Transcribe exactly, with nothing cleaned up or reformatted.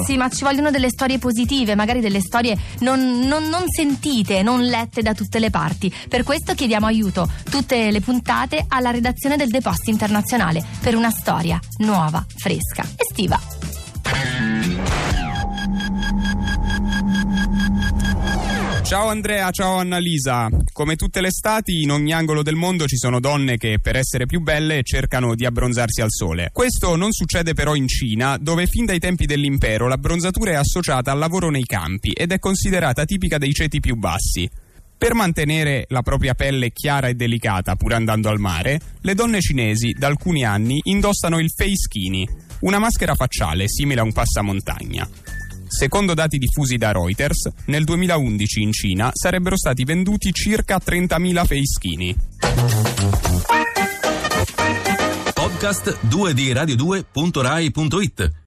vogliono. Sì, ma ci vogliono delle storie positive, magari delle storie non, non, non sentite, non lette da tutte le parti. Per questo chiediamo aiuto tutte le puntate alla redazione del The Post Internazionale per una storia nuova, fresca, estiva. Ciao Andrea, ciao Annalisa. Come tutte le estati, in ogni angolo del mondo ci sono donne che per essere più belle cercano di abbronzarsi al sole. Questo non succede però in Cina, dove fin dai tempi dell'impero l'abbronzatura è associata al lavoro nei campi ed è considerata tipica dei ceti più bassi. Per mantenere la propria pelle chiara e delicata pur andando al mare, le donne cinesi da alcuni anni indossano il facechini, una maschera facciale simile a un passamontagna. Secondo dati diffusi da Reuters, nel duemilaundici in Cina sarebbero stati venduti circa trentamila facechini. Podcast due di radio due punto rai punto it.